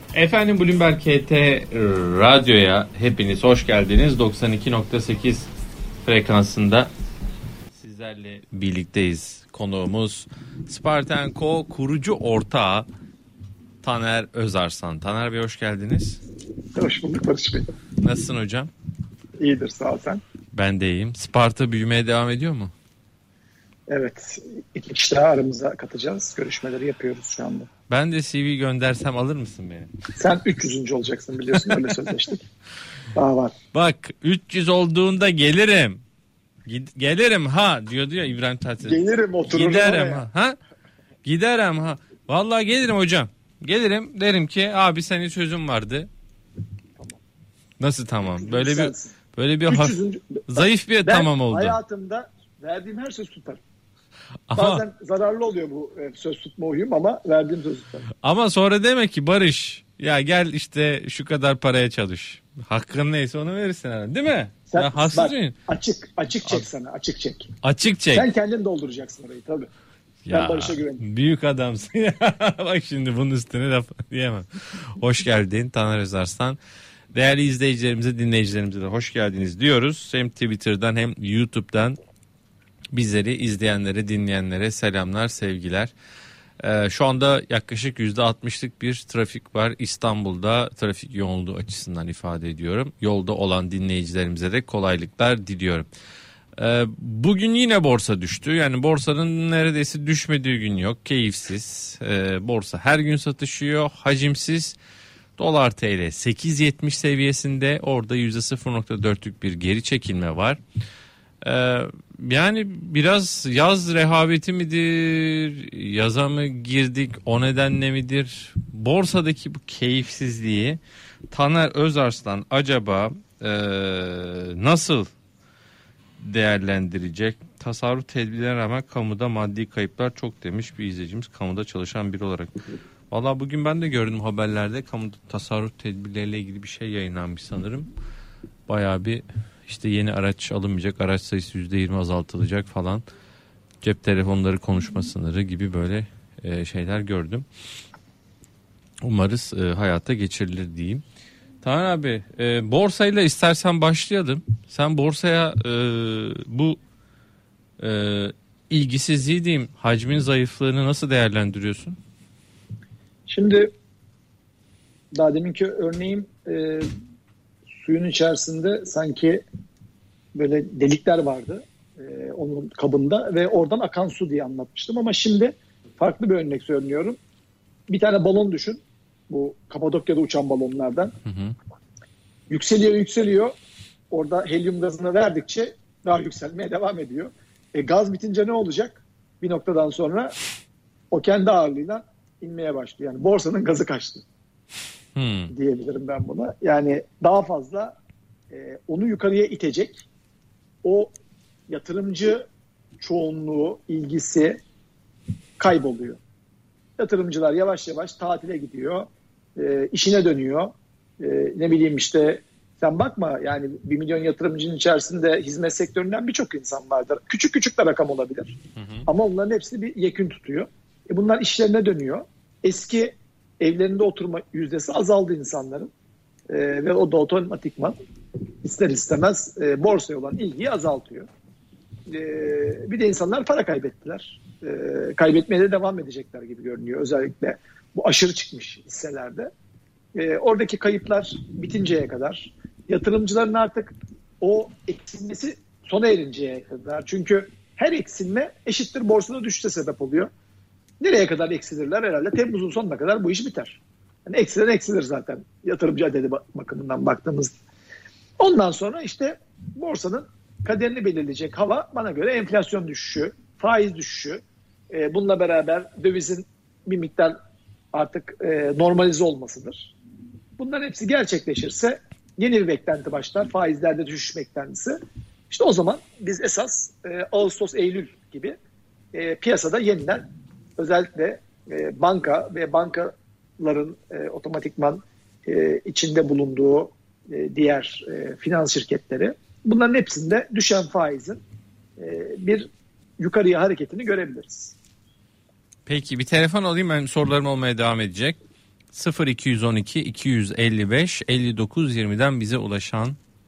Efendim Bloomberg KT Radyo'ya hepiniz hoş geldiniz. 92.8 frekansında sizlerle birlikteyiz. Konuğumuz Spartenko kurucu ortağı Taner Özarslan. Taner Bey hoş geldiniz. Hoş bulduk Barış Bey. Nasılsın hocam? İyidir, sağ ol sen. Ben de iyiyim. Sparta büyümeye devam ediyor mu? Evet, 2 kişi daha aramıza katacağız. Görüşmeleri yapıyoruz şu anda. Ben de CV göndersem alır mısın beni? Sen 300. olacaksın biliyorsun, öyle sözleştik. Daha var. Bak 300 olduğunda gelirim. Gelirim ha diyordu ya İbrahim Tatlıses. Gelirim, otururum. Giderim ha. Giderim ha. Vallahi gelirim hocam. Gelirim, derim ki abi senin sözün vardı. Tamam. Nasıl tamam? Böyle bir 300. zayıf bir tamam oldu. Hayatımda verdiğim her söz tutarım. Bazen zararlı oluyor bu söz tutma huyum ama verdiğim söz tutarım. Ama sonra demek ki Barış ya gel işte şu kadar paraya çalış. Hakkın neyse onu verirsin herhalde, değil mi? Sen, ya hassız mıyım? Açık çek sana, açık çek. Açık çek. Sen kendin dolduracaksın orayı tabii. Ya, ben Barış'a güveniyorum. Büyük adamsın ya. Bak şimdi bunun üstüne laf diyemem. Hoş geldin Taner Özarslan. Değerli izleyicilerimize, dinleyicilerimize de hoş geldiniz diyoruz. Hem Twitter'dan hem YouTube'dan bizleri izleyenlere, dinleyenlere selamlar, sevgiler. Şu anda yaklaşık %60'lık bir trafik var. İstanbul'da trafik yoğunluğu açısından ifade ediyorum. Yolda olan dinleyicilerimize de kolaylıklar diliyorum. Bugün yine borsa düştü. Yani borsanın neredeyse düşmediği gün yok. Keyifsiz. Borsa her gün satışıyor. Hacimsiz. Dolar TL 8.70 seviyesinde, orada %0.4'lük bir geri çekilme var. Yani biraz yaz rehaveti midir, yaza mı girdik, o nedenle midir? Borsadaki bu keyifsizliği Taner Özarslan acaba nasıl değerlendirecek? Tasarruf tedbirlerine rağmen kamuda maddi kayıplar çok demiş bir izleyicimiz, kamuda çalışan biri olarak. Valla bugün ben de gördüm haberlerde, kamuda tasarruf tedbirleriyle ilgili bir şey yayınlanmış sanırım. Bayağı bir işte yeni araç alınmayacak, araç sayısı %20 azaltılacak falan. Cep telefonları konuşma sınırı gibi böyle şeyler gördüm. Umarız hayata geçirilir diyeyim. Tamam abi, borsayla istersen başlayalım. Sen borsaya bu ilgisizliği diyeyim, hacmin zayıflığını nasıl değerlendiriyorsun? Şimdi daha deminki örneğim suyun içerisinde sanki böyle delikler vardı onun kabında ve oradan akan su diye anlatmıştım. Ama şimdi farklı bir örnek söylüyorum. Bir tane balon düşün. Bu Kapadokya'da uçan balonlardan. Hı hı. Yükseliyor. Orada helyum gazını verdikçe daha yükselmeye devam ediyor. Gaz bitince ne olacak? Bir noktadan sonra o kendi ağırlığıyla inmeye başlıyor. Yani borsanın gazı kaçtı diyebilirim ben buna. Yani daha fazla onu yukarıya itecek o yatırımcı çoğunluğu, ilgisi kayboluyor. Yatırımcılar yavaş yavaş tatile gidiyor, işine dönüyor. Ne bileyim işte sen bakma, yani 1 milyon yatırımcının içerisinde hizmet sektöründen birçok insan vardır. Küçük küçük de rakam olabilir. Hı hı. Ama onların hepsi bir yekün tutuyor. Bunlar işlerine dönüyor. Eski evlerinde oturma yüzdesi azaldı insanların. Ve o da otomatikman ister istemez borsaya olan ilgiyi azaltıyor. Bir de insanlar para kaybettiler. Kaybetmeye de devam edecekler gibi görünüyor. Özellikle bu aşırı çıkmış hisselerde. Oradaki kayıplar bitinceye kadar, yatırımcıların artık o eksilmesi sona erinceye kadar. Çünkü her eksilme eşittir borsada düşüşe sebep oluyor. Nereye kadar eksilirler? Herhalde Temmuz'un sonuna kadar bu iş biter. Yani eksilen eksilir zaten yatırımcı adedi bakımından baktığımızda. Ondan sonra işte borsanın kaderini belirleyecek hava bana göre enflasyon düşüşü, faiz düşüşü. Bununla beraber dövizin bir miktar artık normalize olmasıdır. Bunların hepsi gerçekleşirse yeni bir beklenti başlar. Faizlerde düşüş beklentisi. İşte o zaman biz esas Ağustos, Eylül gibi piyasada yeniden özellikle banka ve bankaların otomatikman içinde bulunduğu diğer finans şirketleri, bunların hepsinde düşen faizin bir yukarıya hareketini görebiliriz. Peki bir telefon alayım, ben sorularım olmaya devam edecek. 0212 255 59 20'den bize ulaşan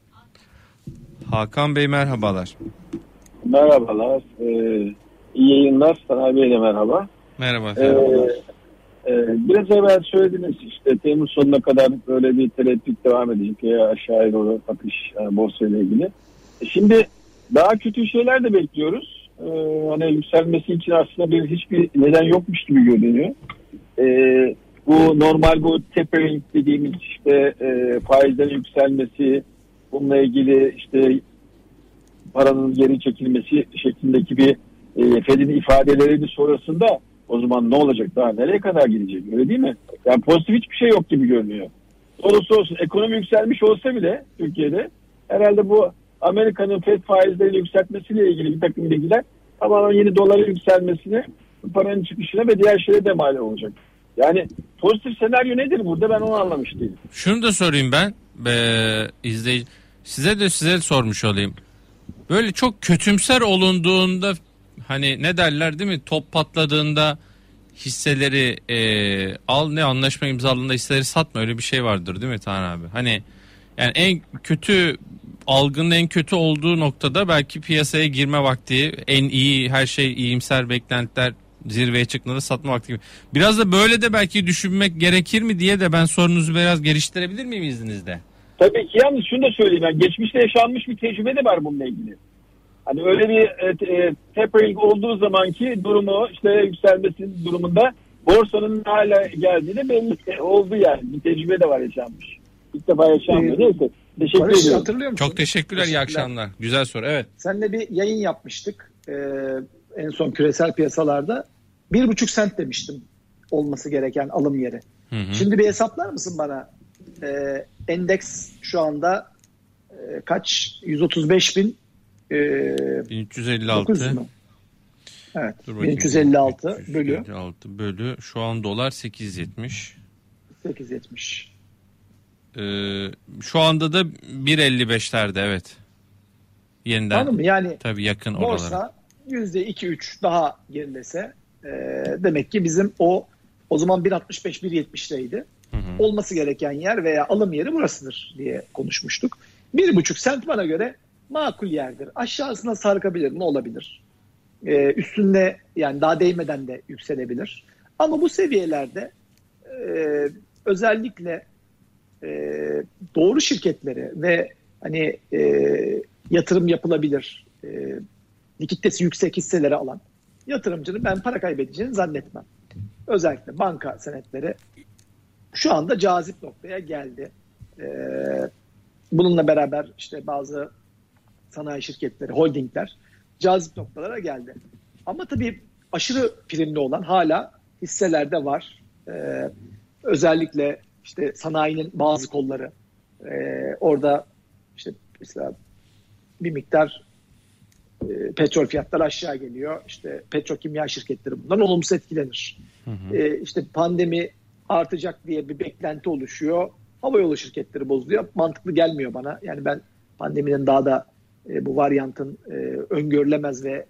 Hakan Bey merhabalar. Merhabalar. İyi yayınlar. Sanayi Bey'le merhaba. Merhaba efendim. Biraz evvel söylediniz işte Temmuz sonuna kadar böyle bir tereddüt devam edecek ya aşağıya doğru akış borsayla ilgili. Şimdi daha kötü şeyler de bekliyoruz. Hani yükselmesi için aslında hiçbir neden yokmuş gibi görünüyor. Bu normal bu tapering dediğimiz işte faizlerin yükselmesi, bununla ilgili işte paranın geri çekilmesi şeklindeki bir Fed'in ifadeleri sonrasında o zaman ne olacak, daha nereye kadar gidecek, öyle değil mi? Yani pozitif hiçbir şey yok gibi görünüyor. Olursa olsun ekonomi yükselmiş olsa bile Türkiye'de herhalde bu Amerika'nın Fed faizlerini yükseltmesiyle ilgili bir takım bilgiler tamamen yeni doların yükselmesine, paranın çıkışına ve diğer şeye de mal olacak. Yani pozitif senaryo nedir burada, ben onu anlamış değilim. Şunu da sorayım ben izleyici, size de sormuş olayım. Böyle çok kötümser olunduğunda hani ne derler değil mi, top patladığında hisseleri al, ne anlaşma imzalandığında hisseleri satma, öyle bir şey vardır değil mi Taner abi? Hani yani en kötü algının en kötü olduğu noktada belki piyasaya girme vakti, en iyi her şey iyimser beklentiler zirveye çıktığında satma vakti gibi. Biraz da böyle de belki düşünmek gerekir mi diye de ben sorunuzu biraz geliştirebilir miyim izninizle? Tabii ki, yalnız şunu da söyleyeyim. Yani geçmişte yaşanmış bir tecrübe de var bununla ilgili. Hani öyle bir tapering olduğu zamanki durumu, işte yükselmesi durumunda borsanın hala geldiğini belli oldu yani. Bir tecrübe de var yaşanmış. İlk defa yaşanmıyor. Neyse. Teşekkür Barış, ediyorum. hatırlıyor musun? Çok teşekkürler, iyi akşamlar. Güzel soru, evet. Seninle bir yayın yapmıştık. En son küresel piyasalarda 1,5 sent demiştim olması gereken alım yeri. Hı. Şimdi bir hesaplar mısın bana? Endeks şu anda kaç? 135 bin 1356 mu? Evet. 1356 bölü 1356 bölü şu an dolar 8.70. 8.70. Şu anda da 1.55'lerde, evet. Yeniden. Anladın mı? Yani tabii yakın oralara. Borsa %2-3 daha gerilese demek ki bizim o zaman 1.65-1.70'leydi. Olması gereken yer veya alım yeri burasıdır diye konuşmuştuk. 1,5 sent bana göre makul yerdir. Aşağısına sarkabilir mi? Olabilir. Üstünde yani daha değmeden de yükselebilir. Ama bu seviyelerde özellikle doğru şirketleri ve hani yatırım yapılabilir, likiditesi yüksek hisseleri alan yatırımcının ben para kaybedeceğini zannetmem. Özellikle banka senetleri şu anda cazip noktaya geldi. Bununla beraber işte bazı sanayi şirketleri, holdingler cazip noktalara geldi. Ama tabii aşırı primli olan hala hisselerde var. Özellikle işte sanayinin bazı kolları. Orada işte mesela bir miktar petrol fiyatları aşağı geliyor. İşte petrokimya şirketleri bundan olumsuz etkilenir. İşte pandemi artacak diye bir beklenti oluşuyor. Havayolu şirketleri bozuluyor. Mantıklı gelmiyor bana. Yani ben pandeminin daha da bu varyantın öngörülemez ve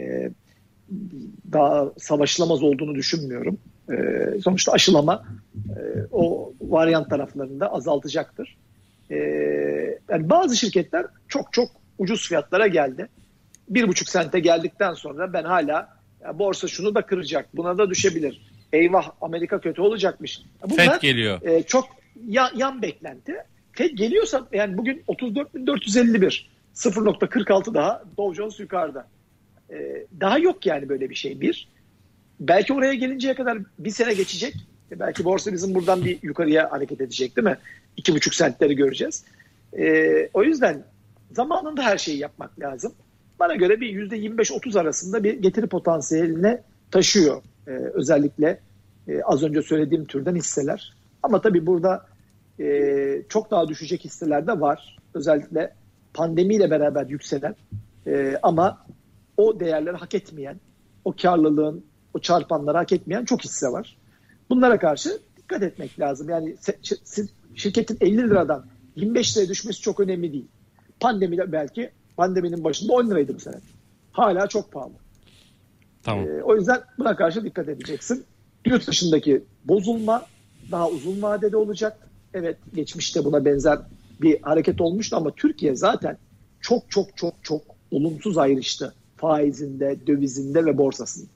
daha savaşılamaz olduğunu düşünmüyorum. Sonuçta aşılama o varyant taraflarında azaltacaktır. Yani bazı şirketler çok çok ucuz fiyatlara geldi. 1,5 sente geldikten sonra ben hala borsa şunu da kıracak, buna da düşebilir. Eyvah, Amerika kötü olacakmış. Bunlar, Fed geliyor. Çok yan beklenti. Fed geliyorsa yani bugün 34.451, 0.46 daha Dow Jones yukarıda. Daha yok yani böyle bir şey. Belki oraya gelinceye kadar bir sene geçecek. Belki borsa bizim buradan bir yukarıya hareket edecek, değil mi? 2,5 sentleri göreceğiz. O yüzden zamanında her şeyi yapmak lazım. Bana göre bir %25-30 arasında bir getiri potansiyeline taşıyor. Özellikle az önce söylediğim türden hisseler. Ama tabii burada çok daha düşecek hisseler de var. Özellikle pandemiyle beraber yükselen ama o değerleri hak etmeyen, o karlılığın, o çarpanları hak etmeyen çok hisse var. Bunlara karşı dikkat etmek lazım. Yani şirketin 50 liradan 25 liraya düşmesi çok önemli değil. Pandeminin başında 10 liraydı bu sene. Hala çok pahalı. Tamam. O yüzden buna karşı dikkat edeceksin. Yurt dışındaki bozulma daha uzun vadede olacak. Evet, geçmişte buna benzer bir hareket olmuştu ama Türkiye zaten çok çok çok çok olumsuz ayrıştı faizinde, dövizinde ve borsasında.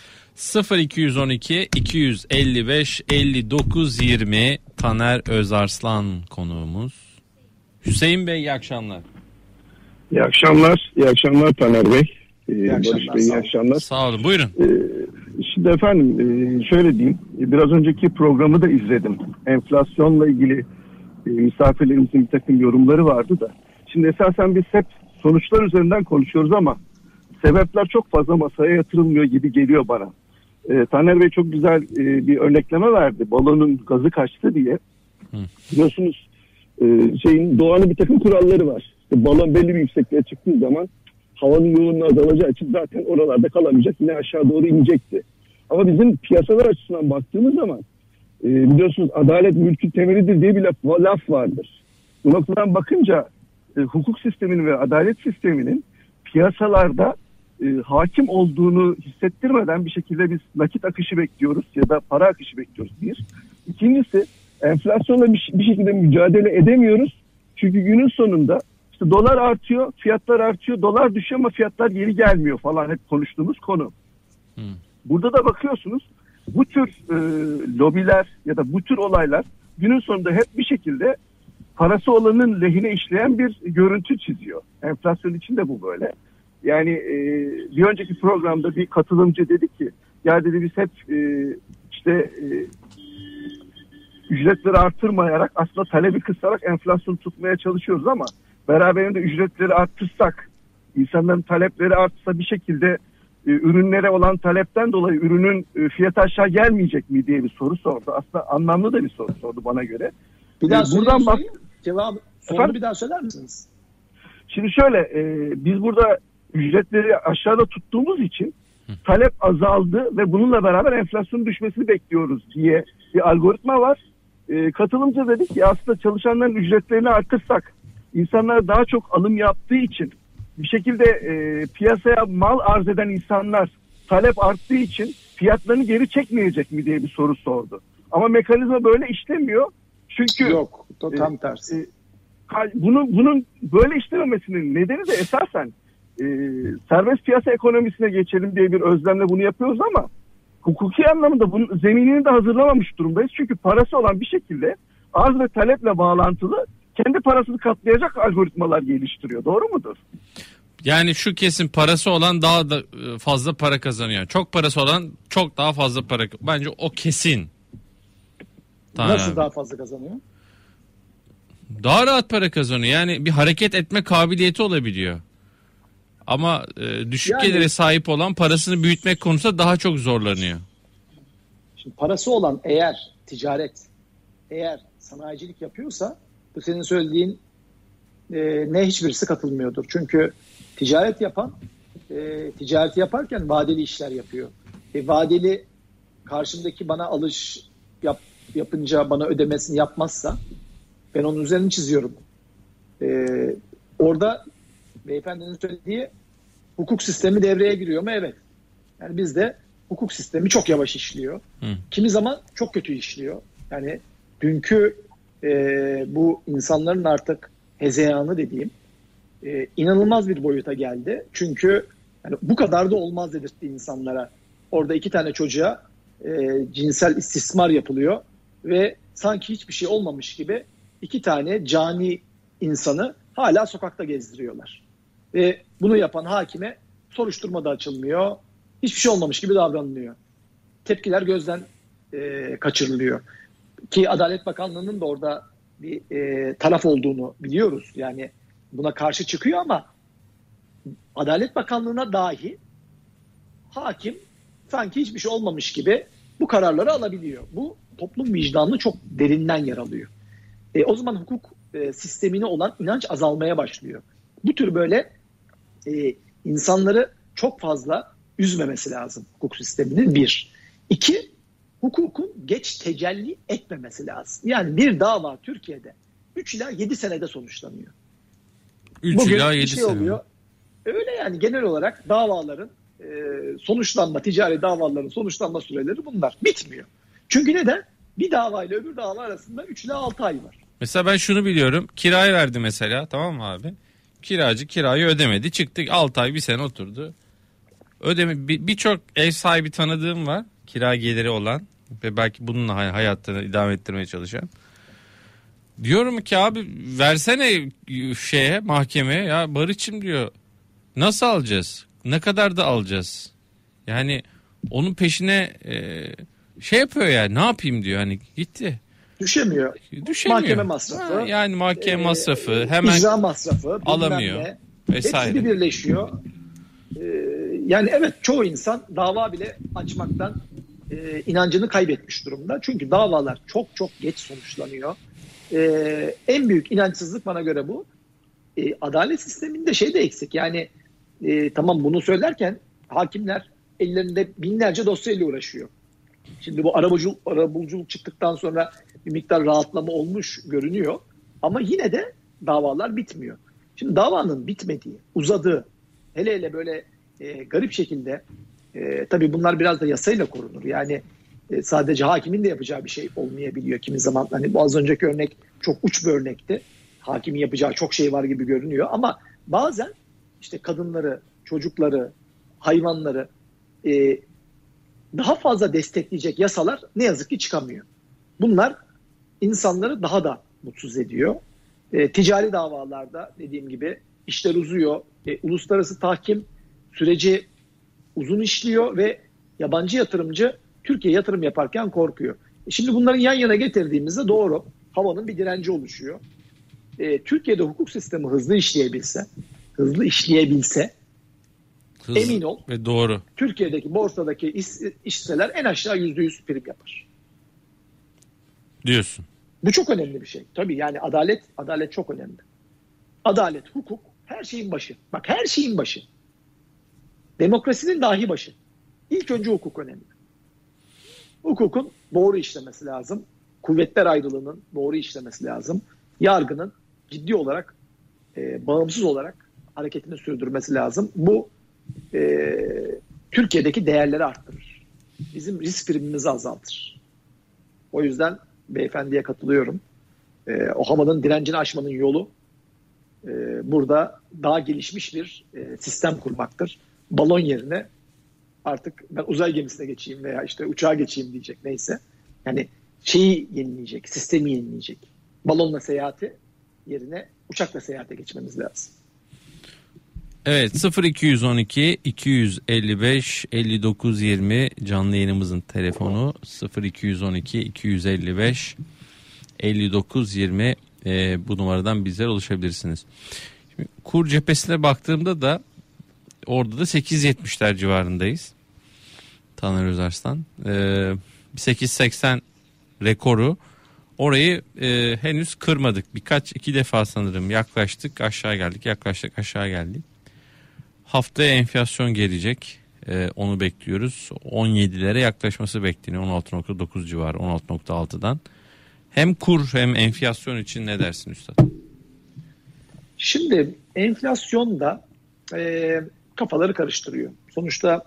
0212 255 59 20 Taner Özarslan konuğumuz. Hüseyin Bey, iyi akşamlar. İyi akşamlar. İyi akşamlar Taner Bey. Barış Bey, iyi akşamlar. Sağ olun. Buyurun. Şimdi efendim şöyle diyeyim. Biraz önceki programı da izledim. Enflasyonla ilgili misafirlerimizin bir takım yorumları vardı da. Şimdi esasen biz hep sonuçlar üzerinden konuşuyoruz ama sebepler çok fazla masaya yatırılmıyor gibi geliyor bana. Taner Bey çok güzel bir örnekleme verdi. Balonun gazı kaçtı diye. Biliyorsunuz doğanın bir takım kuralları var. İşte balon belli bir yüksekliğe çıktığı zaman havanın yoğunluğu azalacağı için zaten oralarda kalamayacak, yine aşağı doğru inecekti. Ama bizim piyasalar açısından baktığımız zaman biliyorsunuz adalet mülkün temelidir diye bir laf vardır. Bu noktadan bakınca hukuk sisteminin ve adalet sisteminin piyasalarda hakim olduğunu hissettirmeden bir şekilde biz nakit akışı bekliyoruz ya da para akışı bekliyoruz bir. İkincisi, enflasyonla bir şekilde mücadele edemiyoruz. Çünkü günün sonunda işte dolar artıyor, fiyatlar artıyor, dolar düşüyor ama fiyatlar geri gelmiyor falan, hep konuştuğumuz konu. Burada da bakıyorsunuz bu tür lobiler ya da bu tür olaylar günün sonunda hep bir şekilde parası olanın lehine işleyen bir görüntü çiziyor. Enflasyon için de bu böyle. Yani bir önceki programda bir katılımcı dedi ki, ya dedi biz hep ücretleri artırmayarak aslında talebi kısarak enflasyonu tutmaya çalışıyoruz ama beraberinde ücretleri arttırsak, insanların talepleri artsa bir şekilde ürünlere olan talepten dolayı ürünün fiyatı aşağı gelmeyecek mi diye bir soru sordu. Aslında anlamlı da bir soru sordu bana göre. Bir daha sorayım. Cevabı sonunu bir daha söyler misiniz? Şimdi şöyle, biz burada ücretleri aşağıda tuttuğumuz için talep azaldı ve bununla beraber enflasyonun düşmesini bekliyoruz diye bir algoritma var. Katılımcı dedi ki aslında çalışanların ücretlerini artırsak, insanlar daha çok alım yaptığı için bir şekilde piyasaya mal arz eden insanlar talep arttığı için fiyatlarını geri çekmeyecek mi diye bir soru sordu. Ama mekanizma böyle işlemiyor. Çünkü yok, tam tersi. Bunun böyle işlememesinin nedeni de esasen serbest piyasa ekonomisine geçelim diye bir özlemle bunu yapıyoruz ama hukuki anlamda bunun zeminini de hazırlamamış durumdayız. Çünkü parası olan bir şekilde arz ve taleple bağlantılı kendi parasını katlayacak algoritmalar geliştiriyor. Doğru mudur? Yani şu kesin, parası olan daha da fazla para kazanıyor. Çok parası olan çok daha fazla para. Bence o kesin. Nasıl daha fazla kazanıyor? Daha rahat para kazanıyor. Yani bir hareket etme kabiliyeti olabiliyor. Ama düşük gelire sahip olan parasını büyütmek konusunda daha çok zorlanıyor. Şimdi parası olan eğer ticaret, eğer sanayicilik yapıyorsa bu senin söylediğin hiçbirisi katılmıyordur. Çünkü ticaret yapan ticareti yaparken vadeli işler yapıyor. Vadeli karşımdaki bana yapınca bana ödemesini yapmazsa ben onun üzerini çiziyorum. Orada beyefendinin söylediği hukuk sistemi devreye giriyor mu? Evet. Yani bizde hukuk sistemi çok yavaş işliyor. Kimi zaman çok kötü işliyor. Yani dünkü bu insanların artık hezeyanı dediğim inanılmaz bir boyuta geldi. Çünkü yani bu kadar da olmaz dedirtti insanlara. Orada 2 tane çocuğa cinsel istismar yapılıyor ve sanki hiçbir şey olmamış gibi 2 tane cani insanı hala sokakta gezdiriyorlar. Ve bunu yapan hakime soruşturma da açılmıyor. Hiçbir şey olmamış gibi davranılıyor. Tepkiler gözden kaçırılıyor. Ki Adalet Bakanlığı'nın da orada bir taraf olduğunu biliyoruz. Yani buna karşı çıkıyor ama Adalet Bakanlığı'na dahi hakim sanki hiçbir şey olmamış gibi bu kararları alabiliyor. Bu toplum vicdanını çok derinden yaralıyor. O zaman hukuk sistemine olan inanç azalmaya başlıyor. Bu tür böyle insanları çok fazla üzmemesi lazım hukuk sisteminin, 1. 2, hukukun geç tecelli etmemesi lazım. Yani bir dava Türkiye'de 3 ila 7 senede sonuçlanıyor. 3 ila 7 sene. Oluyor. Öyle yani genel olarak davaların ticari davaların sonuçlanma süreleri bunlar. Bitmiyor. Çünkü neden? Bir dava ile öbür dava arasında 3 ile 6 ay var. Mesela ben şunu biliyorum. Kirayı verdi mesela, tamam mı abi? Kiracı kirayı ödemedi. Çıktık 6 ay bir sene oturdu. Birçok ev sahibi tanıdığım var. Kira geliri olan ve belki bununla hayatını idame ettirmeye çalışan. Diyorum ki abi versene mahkemeye ya Barış'ım diyor. Nasıl alacağız? Ne kadar da alacağız? Yani onun peşine yapıyor yani, ne yapayım diyor, hani gitti. Düşemiyor. Mahkeme masrafı. Yani mahkeme masrafı, hemen icra masrafı alamıyor vesaire. Hepsi birleşiyor. Yani evet, çoğu insan dava bile açmaktan inancını kaybetmiş durumda. Çünkü davalar çok çok geç sonuçlanıyor. En büyük inançsızlık bana göre bu. Adalet sisteminde de eksik. Yani tamam, bunu söylerken hakimler ellerinde binlerce dosyayla uğraşıyor. Şimdi bu arabuluculuk çıktıktan sonra bir miktar rahatlama olmuş görünüyor. Ama yine de davalar bitmiyor. Şimdi davanın bitmediği, uzadığı, hele böyle garip şekilde, tabii bunlar biraz da yasayla korunur. Yani sadece hakimin de yapacağı bir şey olmayabiliyor kimi zaman. Hani bu az önceki örnek çok uç bir örnekti. Hakimin yapacağı çok şey var gibi görünüyor. Ama bazen işte kadınları, çocukları, hayvanları daha fazla destekleyecek yasalar ne yazık ki çıkamıyor. Bunlar insanları daha da mutsuz ediyor. Ticari davalarda dediğim gibi işler uzuyor. Uluslararası tahkim süreci uzun işliyor ve yabancı yatırımcı Türkiye'ye yatırım yaparken korkuyor. Şimdi bunları yan yana getirdiğimizde doğru, havanın bir direnci oluşuyor. Türkiye'de hukuk sistemi hızlı işleyebilse emin ol ve doğru. Türkiye'deki borsadaki hisseler en aşağı %100 prim yapar. Diyorsun. Bu çok önemli bir şey. Tabii yani adalet çok önemli. Adalet, hukuk her şeyin başı. Bak, her şeyin başı. Demokrasinin dahi başı. İlk önce hukuk önemli. Hukukun doğru işlemesi lazım. Kuvvetler ayrılığının doğru işlemesi lazım. Yargının ciddi olarak, bağımsız olarak hareketini sürdürmesi lazım. Bu Türkiye'deki değerleri arttırır. Bizim risk primimizi azaltır. O yüzden beyefendiye katılıyorum. O havanın direncini aşmanın yolu burada daha gelişmiş bir sistem kurmaktır. Balon yerine artık ben uzay gemisine geçeyim veya işte uçağa geçeyim diyecek, neyse. Yani yenileyecek, sistemi yenileyecek. Balonla seyahati yerine uçakla seyahate geçmemiz lazım. Evet, 0212 255 59 20 canlı yayınımızın telefonu, 0212 255 59 20 bu numaradan bizlere ulaşabilirsiniz. Şimdi kur cephesine baktığımda da orada da 8.70'ler civarındayız. Taner Özarslan. 8.80 rekoru. Orayı henüz kırmadık. İki defa sanırım yaklaştık, aşağı geldik, yaklaştık, aşağı geldik. Haftaya enflasyon gelecek. Onu bekliyoruz. 17'lere yaklaşması bekleniyor. 16.9 civarı, 16.6'dan. Hem kur hem enflasyon için ne dersin üstad? Şimdi enflasyon da kafaları karıştırıyor. Sonuçta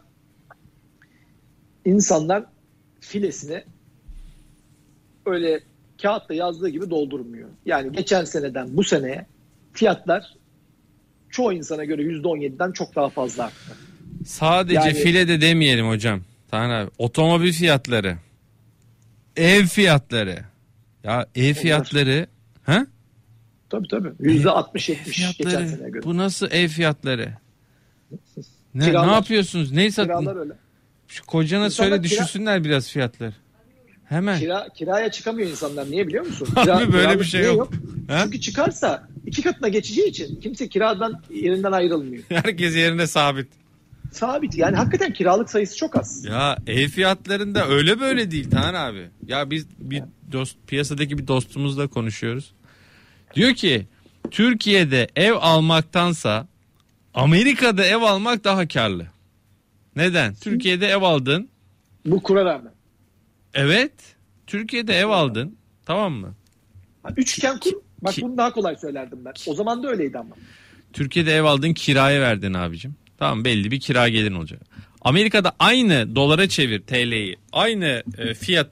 insanlar filesini öyle kağıtta yazdığı gibi doldurmuyor. Yani geçen seneden bu seneye fiyatlar çoğu insana göre %17'den çok daha fazla arttı. Sadece file de demeyelim hocam. Taner abi, otomobil fiyatları, ev fiyatları. Ya ev fiyatları, ha? Tabii. %60-70 geçen seneye göre. Bu nasıl ev fiyatları? Ne yapıyorsunuz? Ne kiralar öyle. Şu kocana İnsanlar söyle düşürsünler biraz fiyatları. Hemen. Kiraya çıkamıyor insanlar. Niye biliyor musun? Abi böyle bir şey yok. Çünkü çıkarsa 2 katına geçeceği için kimse kiradan yerinden ayrılmıyor. Herkes yerine sabit. Sabit. Yani hakikaten kiralık sayısı çok az. Ya ev fiyatlarında öyle böyle değil Taner abi. Ya biz piyasadaki bir dostumuzla konuşuyoruz. Diyor ki Türkiye'de ev almaktansa Amerika'da ev almak daha karlı. Neden? Türkiye'de ev aldın. Bu kura rağmen. Evet. Türkiye'de ev aldın. Tamam mı? Üçgen kur. Bak bunu daha kolay söylerdim ben. O zaman da öyleydi ama. Türkiye'de ev aldın, kiraya verdin abicim. Tamam, belli bir kira gelirin olacak. Amerika'da aynı dolara çevir TL'yi. Aynı fiyata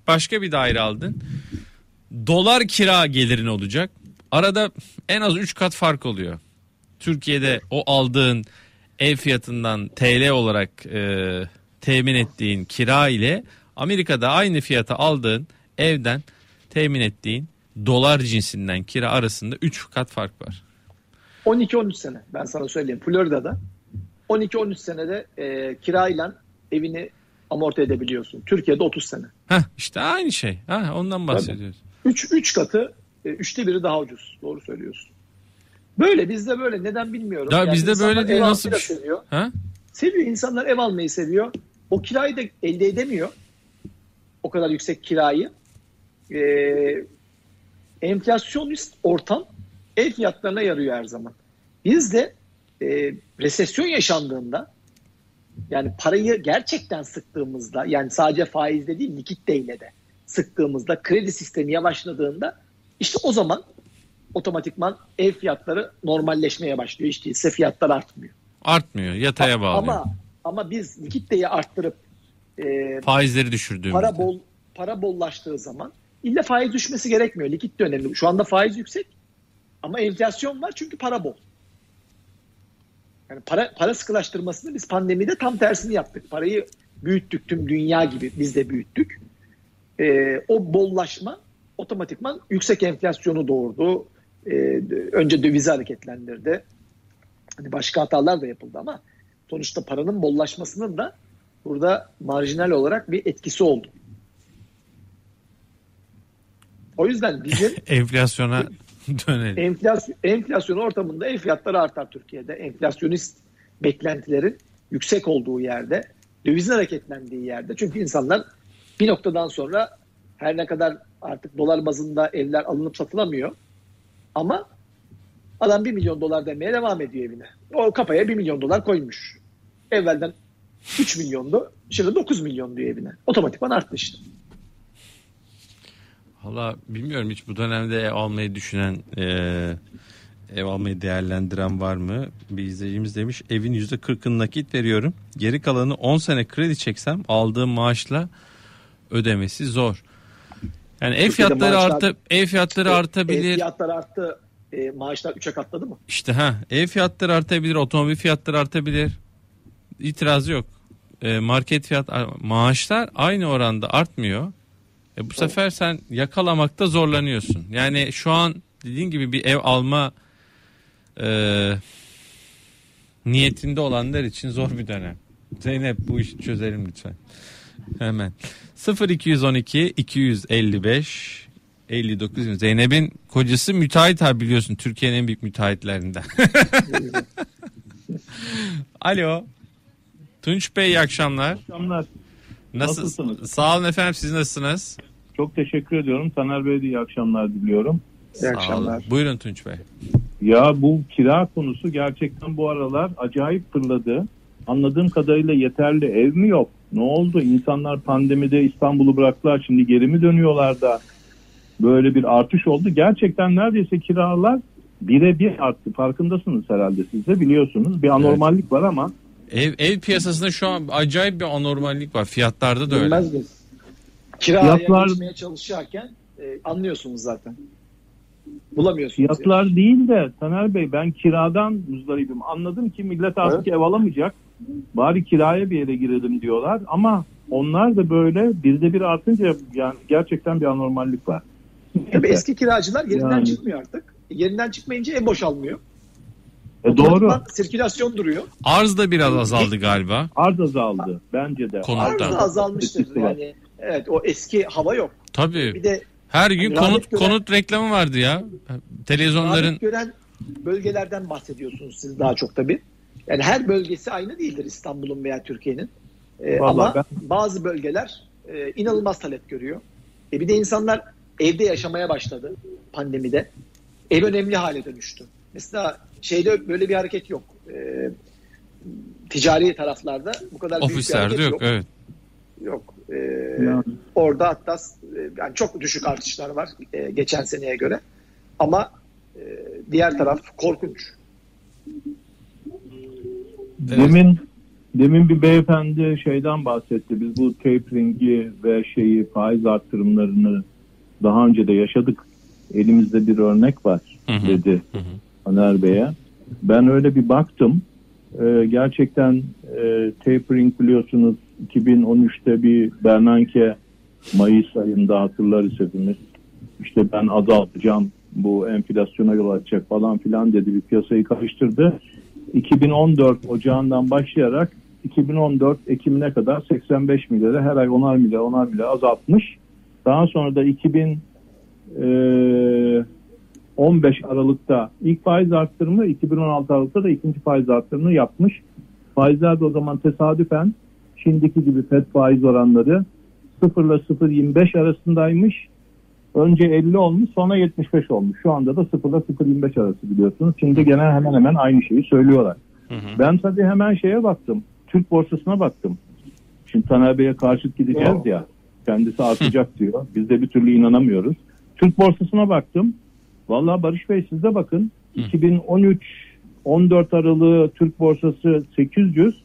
başka bir daire aldın. Dolar kira gelirin olacak. Arada en az 3 kat fark oluyor. Türkiye'de o aldığın ev fiyatından TL olarak temin ettiğin kira ile Amerika'da aynı fiyata aldığın evden temin ettiğin dolar cinsinden kira arasında 3 kat fark var. 12-13 sene ben sana söyleyeyim. Florida'da 12-13 senede kirayla evini amorti edebiliyorsun. Türkiye'de 30 sene. İşte aynı şey. Ondan bahsediyoruz. 3 katı, 3'te 1'i daha ucuz. Doğru söylüyorsun. Böyle bizde böyle, neden bilmiyorum. Ya bizde böyle değil, nasıl bir şey? Seviyor. Seviyor, insanlar ev almayı seviyor. O kirayı da elde edemiyor. O kadar yüksek kirayı. Enflasyonist ortam ev fiyatlarına yarıyor her zaman. Bizde resesyon yaşandığında, yani parayı gerçekten sıktığımızda, yani sadece faizde değil likiditeyle de sıktığımızda, kredi sistemi yavaşladığında, işte o zaman otomatikman ev fiyatları normalleşmeye başlıyor. Hiç değilse fiyatlar artmıyor. Artmıyor, yataya bağlıyor. Ama biz likiditeyi arttırıp faizleri düşürdüğümüzde, para bollaştığı zaman illa faiz düşmesi gerekmiyor. Likidite önemli. Şu anda faiz yüksek ama enflasyon var çünkü para bol. Yani para sıkılaştırmasını biz pandemide tam tersini yaptık. Parayı büyüttük, tüm dünya gibi biz de büyüttük. O bollaşma otomatikman yüksek enflasyonu doğurdu. Önce dövizi hareketlendirdi. Hani başka hatalar da yapıldı ama sonuçta paranın bollaşmasının da burada marjinal olarak bir etkisi oldu. O yüzden bizim enflasyona dönelim. Enflasyon ortamında ev fiyatları artar Türkiye'de. Enflasyonist beklentilerin yüksek olduğu yerde, dövizin hareketlendiği yerde. Çünkü insanlar bir noktadan sonra, her ne kadar artık dolar bazında evler alınıp satılamıyor, ama adam 1 milyon dolar demeye devam ediyor evine. O kafaya 1 milyon dolar koymuş. Evvelden 3 milyondu, şimdi 9 milyon diyor evine. Otomatikman arttı işte. Valla bilmiyorum, hiç bu dönemde ev almayı düşünen, ev almayı değerlendiren var mı? Bir izleyicimiz demiş, evin %40'ını nakit veriyorum. Geri kalanı 10 sene kredi çeksem aldığım maaşla ödemesi zor. Yani ev fiyatları artabilir. Ev fiyatları arttı. Maaşlar 3'e katladı mı? İşte ev fiyatları artabilir, otomobil fiyatları artabilir. İtiraz yok. Market maaşlar aynı oranda artmıyor. Bu sefer sen yakalamakta zorlanıyorsun. Yani şu an dediğin gibi bir ev alma niyetinde olanlar için zor bir dönem. Zeynep, bu işi çözelim lütfen. Hemen. 0212 255 59. Zeynep'in kocası müteahhit abi, biliyorsun. Türkiye'nin en büyük müteahhitlerinden. Alo. Tunç Bey, iyi akşamlar. İyi akşamlar. Nasılsınız? Sağ olun efendim, siz nasılsınız? Çok teşekkür ediyorum. Taner Bey'e de iyi akşamlar diliyorum. İyi akşamlar. Buyurun Tunç Bey. Ya bu kira konusu gerçekten bu aralar acayip fırladı. Anladığım kadarıyla yeterli ev mi yok? Ne oldu? İnsanlar pandemide İstanbul'u bıraktılar, şimdi geri mi dönüyorlar da böyle bir artış oldu. Gerçekten neredeyse kiralar birebir arttı. Farkındasınız herhalde, siz de biliyorsunuz. Bir anormallik var ama. Ev piyasasında şu an acayip bir anormallik var. Fiyatlarda da öyle. Kiraya geçmeye çalışırken anlıyorsunuz zaten. Bulamıyorsunuz. Fiyatlar yani değil de Taner Bey, ben kiradan muzdaribim. Anladım ki millet artık ev alamayacak. Bari kiraya bir yere girelim diyorlar. Ama onlar da böyle birde bir artınca yani gerçekten bir anormallik var. Tabii eski kiracılar yerinden çıkmıyor artık. Yerinden çıkmayınca ev boşalmıyor. Doğru. Sirkülasyon duruyor. Arz da biraz azaldı galiba. Arz azaldı bence de. Arz da azalmıştır. Yani evet, o eski hava yok. Tabii. Bir de her gün konut reklamı vardı ya. Televizyonların. Rağbet gören bölgelerden bahsediyorsunuz siz daha çok tabii. Yani her bölgesi aynı değildir İstanbul'un veya Türkiye'nin. Ama bazı bölgeler inanılmaz talep görüyor. Bir de insanlar evde yaşamaya başladı pandemide. Ev önemli hale dönüştü. Mesela şeyde böyle bir hareket yok. Ticari taraflarda bu kadar büyük bir hareket yok. Evet. Yok. Orada hatta yani çok düşük artışlar var geçen seneye göre. Ama Demin bir beyefendi şeyden bahsetti. Biz bu tapering'i ve faiz arttırımlarını daha önce de yaşadık. Elimizde bir örnek var dedi Taner Bey'e. Ben öyle bir baktım. Gerçekten tapering biliyorsunuz 2013'te bir Bernanke Mayıs ayında hatırlarız hepimiz. İşte ben azaltacağım, bu enflasyona yol açacak falan filan dedi, bir piyasayı karıştırdı. 2014 Ocağı'ndan başlayarak 2014 Ekim'ine kadar 85 milyara her ay 10'ar milyar azaltmış. Daha sonra da 2015 Aralık'ta ilk faiz arttırımı, 2016 Aralık'ta da ikinci faiz arttırımını yapmış. Faizler de o zaman tesadüfen şimdiki gibi FED faiz oranları 0 ile 0.25 arasındaymış. Önce 50 olmuş, sonra 75 olmuş. Şu anda da 0 ile 0.25 arası biliyorsunuz. Şimdi gene hemen hemen aynı şeyi söylüyorlar. Ben tabii hemen şeye baktım. Türk borsasına baktım. Şimdi Taner Bey'e karşıt gideceğiz ya. Kendisi artacak diyor. Biz de bir türlü inanamıyoruz. Türk borsasına baktım. Vallahi Barış Bey siz de bakın. 2013-14 Aralığı Türk borsası 800.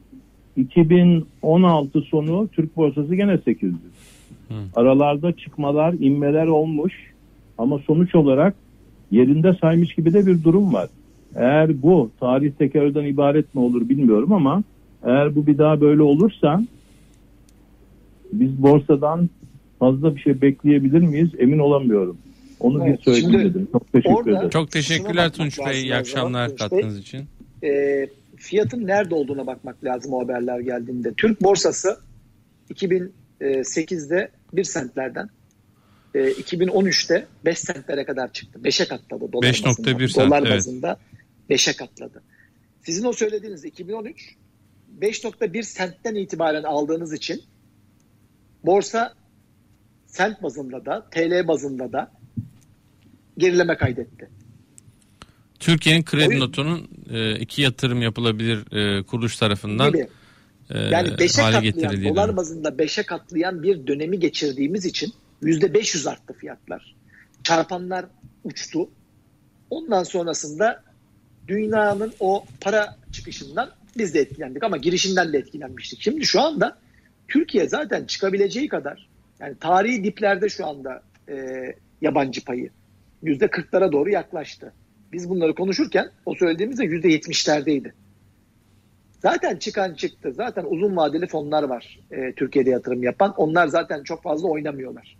2016 sonu Türk borsası gene 800. Aralarda çıkmalar, inmeler olmuş. Ama sonuç olarak yerinde saymış gibi de bir durum var. Eğer bu tarih tekrardan ibaret mi olur bilmiyorum ama eğer bu bir daha böyle olursa biz borsadan fazla bir şey bekleyebilir miyiz emin olamıyorum. Onu bir söyleyeyim dedim. Çok teşekkür ederim. Çok teşekkürler Tunç Bey. İyi akşamlar kattığınız için. Fiyatın nerede olduğuna bakmak lazım o haberler geldiğinde. Türk borsası 2008'de 1 sentlerden 2013'te 5 sentlere kadar çıktı. 5'e katladı dolar 5.1 sent. Dolar bazında 5'e katladı. Sizin o söylediğiniz 2013 5.1 sentten itibaren aldığınız için borsa sent bazında da TL bazında da gerileme kaydetti. Türkiye'nin kredi notunun iki yatırım yapılabilir kuruluş tarafından gibi. Yani 5'e hale katlayan, getirildiği dolar dönem. bazında 5'e katlayan bir dönemi geçirdiğimiz için %500 arttı fiyatlar. Çarpanlar uçtu. Ondan sonrasında dünyanın o para çıkışından biz de etkilendik ama girişinden de etkilenmiştik. Şimdi şu anda Türkiye zaten çıkabileceği kadar, yani tarihi diplerde şu anda yabancı payı %40'lara doğru yaklaştı. Biz bunları konuşurken o söylediğimizde %70'lerdeydi. Zaten çıkan çıktı. Zaten uzun vadeli fonlar var Türkiye'de yatırım yapan. Onlar zaten çok fazla oynamıyorlar.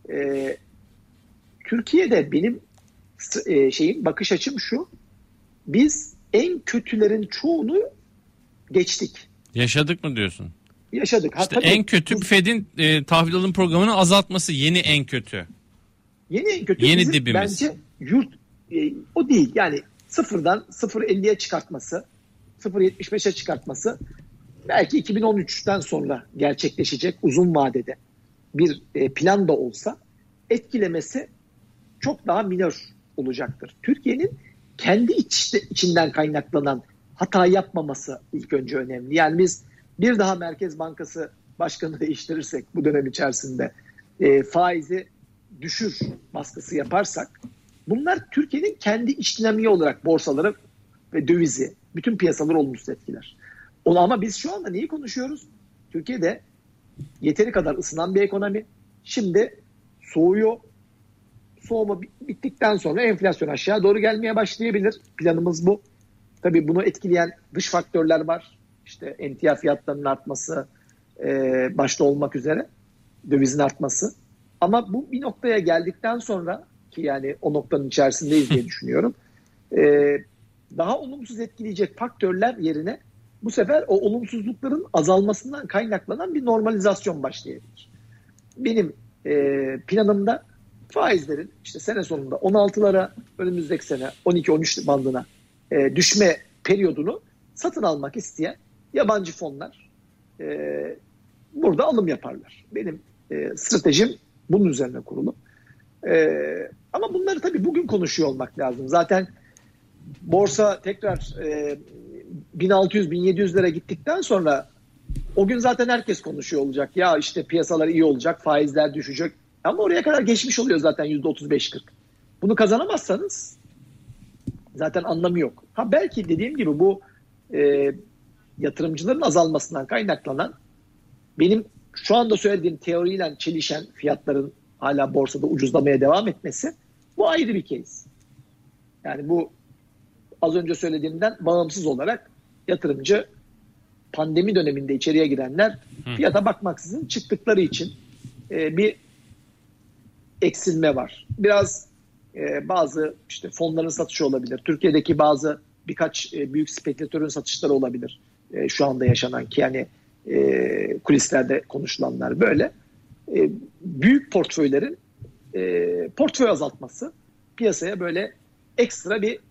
Türkiye'de benim bakış açım şu. Biz en kötülerin çoğunu geçtik. Yaşadık mı diyorsun? Yaşadık. İşte en kötü Fed'in tahvil alım programını azaltması yeni en kötü. Yeni en kötü yeni bizim dibimiz. Bence o değil. Yani sıfırdan 0.50'ye çıkartması, 0.75'e çıkartması belki 2013'ten sonra gerçekleşecek uzun vadede bir plan da olsa etkilemesi çok daha minör olacaktır. Türkiye'nin kendi içinden kaynaklanan hata yapmaması ilk önce önemli. Yani biz bir daha Merkez Bankası Başkanı değiştirirsek bu dönem içerisinde faizi düşür baskısı yaparsak bunlar Türkiye'nin kendi iç dinamiği olarak borsaları ve dövizi, bütün piyasaları olumsuz etkiler. Ama biz şu anda neyi konuşuyoruz? Türkiye'de yeteri kadar ısınan bir ekonomi. Şimdi soğuyor. Soğuma bittikten sonra enflasyon aşağı doğru gelmeye başlayabilir. Planımız bu. Tabii bunu etkileyen dış faktörler var. İşte emtia fiyatlarının artması başta olmak üzere dövizin artması. Ama bu bir noktaya geldikten sonra ki yani o noktanın içerisindeyiz diye düşünüyorum. Daha olumsuz etkileyecek faktörler yerine bu sefer o olumsuzlukların azalmasından kaynaklanan bir normalizasyon başlayabilir. Benim planımda faizlerin işte sene sonunda 16'lara, önümüzdeki sene 12-13 bandına düşme periyodunu satın almak isteyen yabancı fonlar burada alım yaparlar. Benim stratejim bunun üzerine kurulu. Ama bunları tabii bugün konuşuyor olmak lazım. Zaten borsa tekrar 1600-1700'lere gittikten sonra o gün zaten herkes konuşuyor olacak. Ya işte piyasalar iyi olacak, faizler düşecek. Ama oraya kadar geçmiş oluyor zaten %35-40. Bunu kazanamazsanız zaten anlamı yok. Belki dediğim gibi bu yatırımcıların azalmasından kaynaklanan, benim şu anda söylediğim teoriyle çelişen fiyatların hala borsada ucuzlamaya devam etmesi, bu ayrı bir case. Yani bu az önce söylediğimden bağımsız olarak yatırımcı, pandemi döneminde içeriye girenler fiyata bakmaksızın çıktıkları için bir eksilme var. Biraz bazı işte fonların satışı olabilir. Türkiye'deki birkaç büyük spekülatörün satışları olabilir. Şu anda yaşanan ki yani kulislerde konuşulanlar böyle. Büyük portföylerin portföy azaltması piyasaya böyle ekstra bir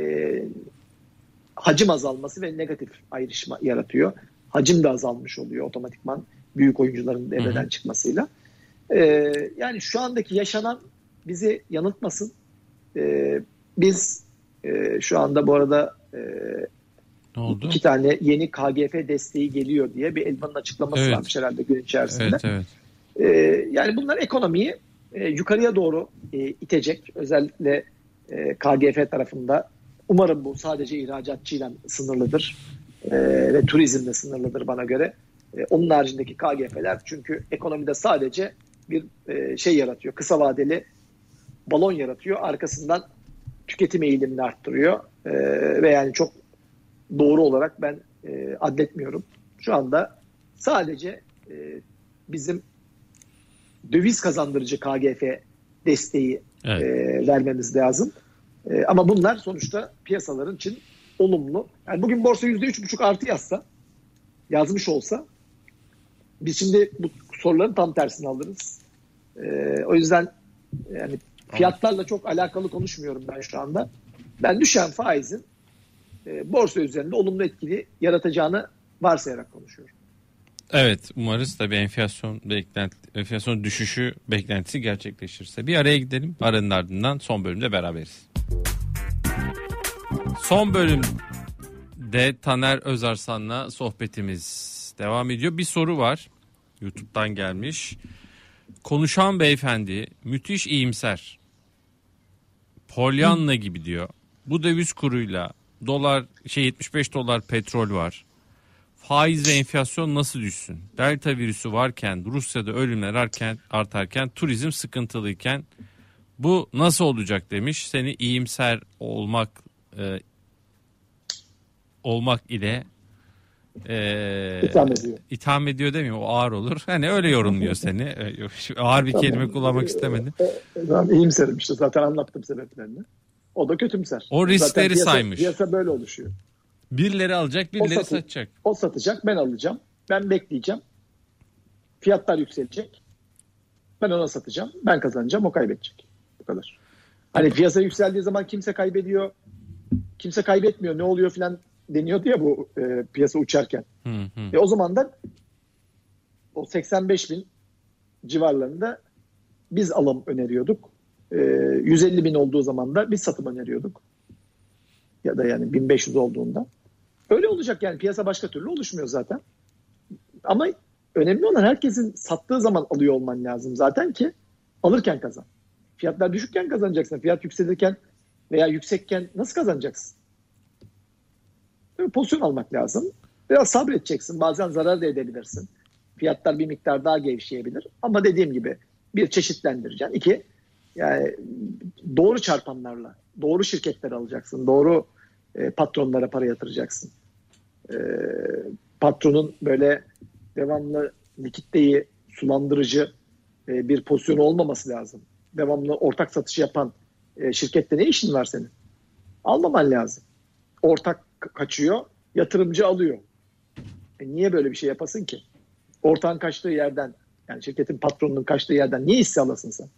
hacim azalması ve negatif ayrışma yaratıyor. Hacim de azalmış oluyor otomatikman büyük oyuncuların devreden çıkmasıyla. Yani şu andaki yaşanan bizi yanıltmasın. Biz şu anda bu arada ne oldu? 2 tane yeni KGF desteği geliyor diye bir Elvan'ın açıklaması varmış herhalde gün içerisinde. Evet. Yani bunlar ekonomiyi yukarıya doğru itecek. Özellikle KGF tarafında. Umarım bu sadece ihracatçıyla sınırlıdır ve turizmle sınırlıdır bana göre. Onun haricindeki KGF'ler çünkü ekonomide sadece bir şey yaratıyor. Kısa vadeli balon yaratıyor. Arkasından tüketim eğilimini arttırıyor. Ve yani çok doğru olarak ben adletmiyorum. Şu anda sadece bizim döviz kazandırıcı KGF desteği vermemiz lazım. Ama bunlar sonuçta piyasaların için olumlu. Yani bugün borsa %3,5 artı yazmış olsa biz şimdi bu soruların tam tersini alırız. O yüzden yani fiyatlarla çok alakalı konuşmuyorum ben şu anda. Ben düşen faizin borsa üzerinde olumlu etkili yaratacağını varsayarak konuşuyorum. Evet, umarız tabii enflasyon düşüşü beklentisi gerçekleşirse. Bir araya gidelim. Aranın ardından son bölümde beraberiz. Son bölümde Taner Özarslan'la sohbetimiz devam ediyor. Bir soru var. YouTube'dan gelmiş. Konuşan beyefendi müthiş iyimser. Pollyanna gibi diyor. Bu döviz kuruyla 75 dolar petrol var. Faiz ve enflasyon nasıl düşsün? Delta virüsü varken, Rusya'da ölümler artarken, turizm sıkıntılıyken bu nasıl olacak demiş. Seni iyimser olmak ile itham ediyor demiyor, o ağır olur. Hani öyle yorumluyor seni. Ağır bir kelime kullanmak istemedim. Ben iyimserim işte, zaten anlattım sebeplerini. O da kötümser. O riskleri saymış. Piyasa böyle oluşuyor. Birileri alacak, birileri satacak. O satacak, ben alacağım. Ben bekleyeceğim. Fiyatlar yükselecek. Ben ona satacağım. Ben kazanacağım, o kaybedecek. Bu kadar. Hani piyasa yükseldiği zaman kimse kaybediyor. Kimse kaybetmiyor. Ne oluyor filan deniyordu ya bu piyasa uçarken. O zaman da o 85 bin civarlarında biz alım öneriyorduk. 150 bin olduğu zaman da biz satım öneriyorduk. Ya da yani 1500 olduğunda. Öyle olacak yani, piyasa başka türlü oluşmuyor zaten. Ama önemli olan herkesin sattığı zaman alıyor olman lazım zaten ki alırken kazan. Fiyatlar düşükken kazanacaksın. Fiyat yükselirken veya yüksekken nasıl kazanacaksın? Pozisyon almak lazım. Biraz sabredeceksin. Bazen zarar da edebilirsin. Fiyatlar bir miktar daha gevşeyebilir. Ama dediğim gibi bir çeşitlendireceksin. 2, yani doğru çarpanlarla, doğru şirketleri alacaksın. Doğru patronlara para yatıracaksın. Patronun böyle devamlı likiditeyi sulandırıcı bir pozisyonu olmaması lazım. Devamlı ortak satışı yapan şirkette ne işin var senin? Almaman lazım. Ortak kaçıyor, yatırımcı alıyor. Niye böyle bir şey yapasın ki? Ortağın kaçtığı yerden, yani şirketin patronunun kaçtığı yerden niye hisse alasın sen?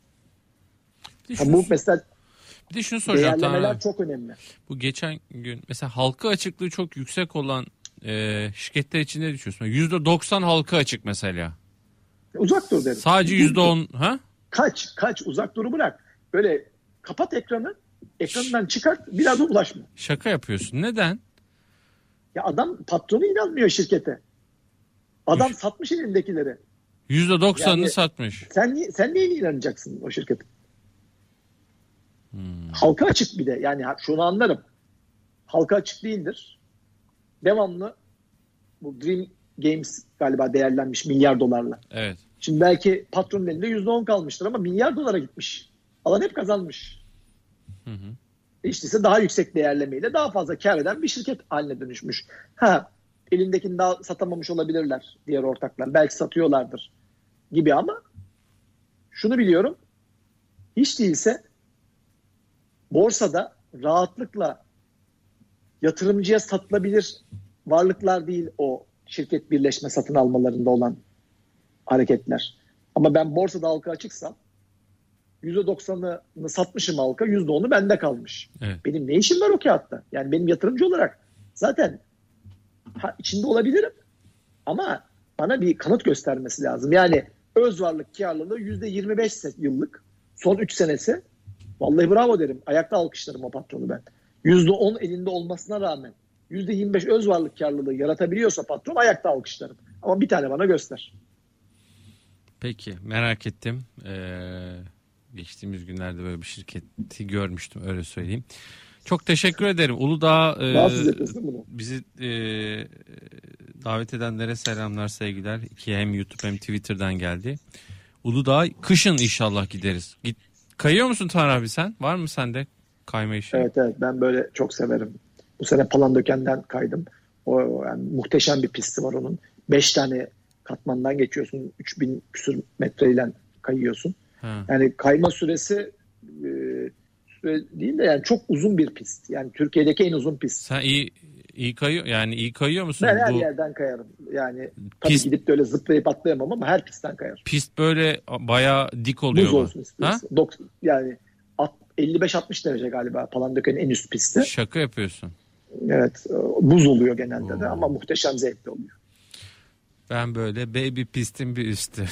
Bu mesela bir de şunu soracağım. Değerlemeler çok önemli. Bu geçen gün mesela halka açıklığı çok yüksek olan şirketler için ne düşünüyorsun? %90 halka açık mesela. Uzak dur derim. Sadece %10 ha? Kaç uzak duru bırak. Böyle kapat ekranı. Ekranından çıkart, bir daha da ulaşma. Şaka yapıyorsun. Neden? Ya adam, patronu inanmıyor şirkete. Adam satmış elindekileri. %90'ını yani, satmış. Sen niye inanacaksın o şirkete? Halka açık bir de. Yani şunu anlarım. Halka açık değildir. Devamlı Bu Dream Games galiba değerlenmiş milyar dolarla. Evet. Şimdi belki patronun elinde %10 kalmıştır ama milyar dolara gitmiş. Alan hep kazanmış. Hı. İşte ise daha yüksek değerlemeyle daha fazla kar eden bir şirket haline dönüşmüş. Elindekini daha satamamış olabilirler diğer ortaklar. Belki satıyorlardır gibi ama şunu biliyorum. Hiç değilse borsada rahatlıkla yatırımcıya satılabilir varlıklar değil o şirket birleşme satın almalarında olan hareketler. Ama ben borsada halka açıksam %90'ını satmışım halka, %10'u bende kalmış. Evet. Benim ne işim var o kağıtta? Yani benim yatırımcı olarak zaten içinde olabilirim ama bana bir kanıt göstermesi lazım. Yani öz varlık karlılığı %25 yıllık, son 3 senesi, vallahi bravo derim. Ayakta alkışlarım o patronu ben. %10 elinde olmasına rağmen %25 öz varlık karlılığı yaratabiliyorsa patron, ayakta alkışlarım. Ama bir tane bana göster. Peki, merak ettim. Geçtiğimiz günlerde böyle bir şirketi görmüştüm, öyle söyleyeyim. Çok teşekkür ederim. Uludağ bizi davet edenlere selamlar, sevgiler. Hem YouTube hem Twitter'dan geldi. Uludağ kışın inşallah gideriz. Kayıyor musun Tanrı abi sen? Var mı sende kayma işi? Evet ben böyle çok severim. Bu sene Palandöken'den kaydım. O yani muhteşem bir pisti var onun. 5 tane katmandan geçiyorsun. 3000 küsur metreyle kayıyorsun. Yani kayma süresi değil de yani çok uzun bir pist. Yani Türkiye'deki en uzun pist. Sen iyi kayıyor, yani iyi kayıyor musun? Ben her yerden kayarım. Yani tabii gidip de öyle zıplayıp atlayamam ama her pistten kayarım. Pist böyle bayağı dik oluyor. Buz olsun istiyorsun. Yani 55-60 derece galiba Palandöken'in en üst pisti. Şaka yapıyorsun. Evet, buz oluyor genelde de ama muhteşem zevkli oluyor. Ben böyle baby pistin bir üstü.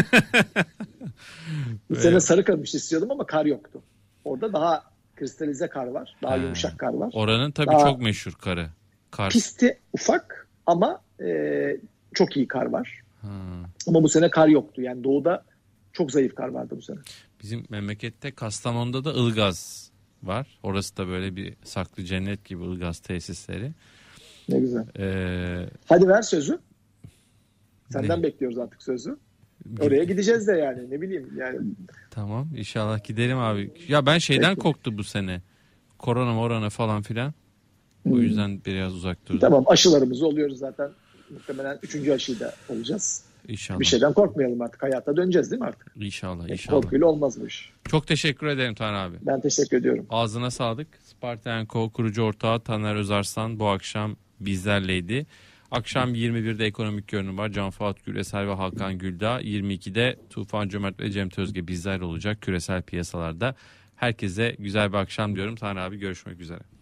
Bir sene Sarıkamış istiyordum ama kar yoktu. Orada daha kristalize kar var. Daha yumuşak kar var. Oranın tabii çok meşhur karı. Pisti ufak ama çok iyi kar var. Ama bu sene kar yoktu. Yani doğuda çok zayıf kar vardı bu sene. Bizim memlekette Kastamonu'da da Ilgaz var. Orası da böyle bir saklı cennet gibi, Ilgaz tesisleri. Ne güzel. Hadi ver sözü. Senden bekliyoruz artık sözü. Oraya gideceğiz de yani, ne bileyim yani. Tamam, inşallah gidelim abi. Ya ben şeyden korktu bu sene. Korona falan filan. O yüzden biraz uzak durdum. Tamam, aşılarımızı oluyoruz zaten. Muhtemelen 3. aşıyı da olacağız. İnşallah. Bir şeyden korkmayalım artık. Hayata döneceğiz değil mi artık? İnşallah. Korkuyla olmaz bu iş. Çok teşekkür ederim Taner abi. Ben teşekkür ediyorum. Ağzına sağlık. Sparta & Co kurucu ortağı Taner Özarslan bu akşam bizlerleydi. Akşam 21'de Ekonomik Görünüm var. Can Fuat Güleser ve Hakan Güldağ. 22'de Tufan Cömert ve Cem Tözge bizler olacak küresel piyasalarda. Herkese güzel bir akşam diyorum. Taner abi, görüşmek üzere.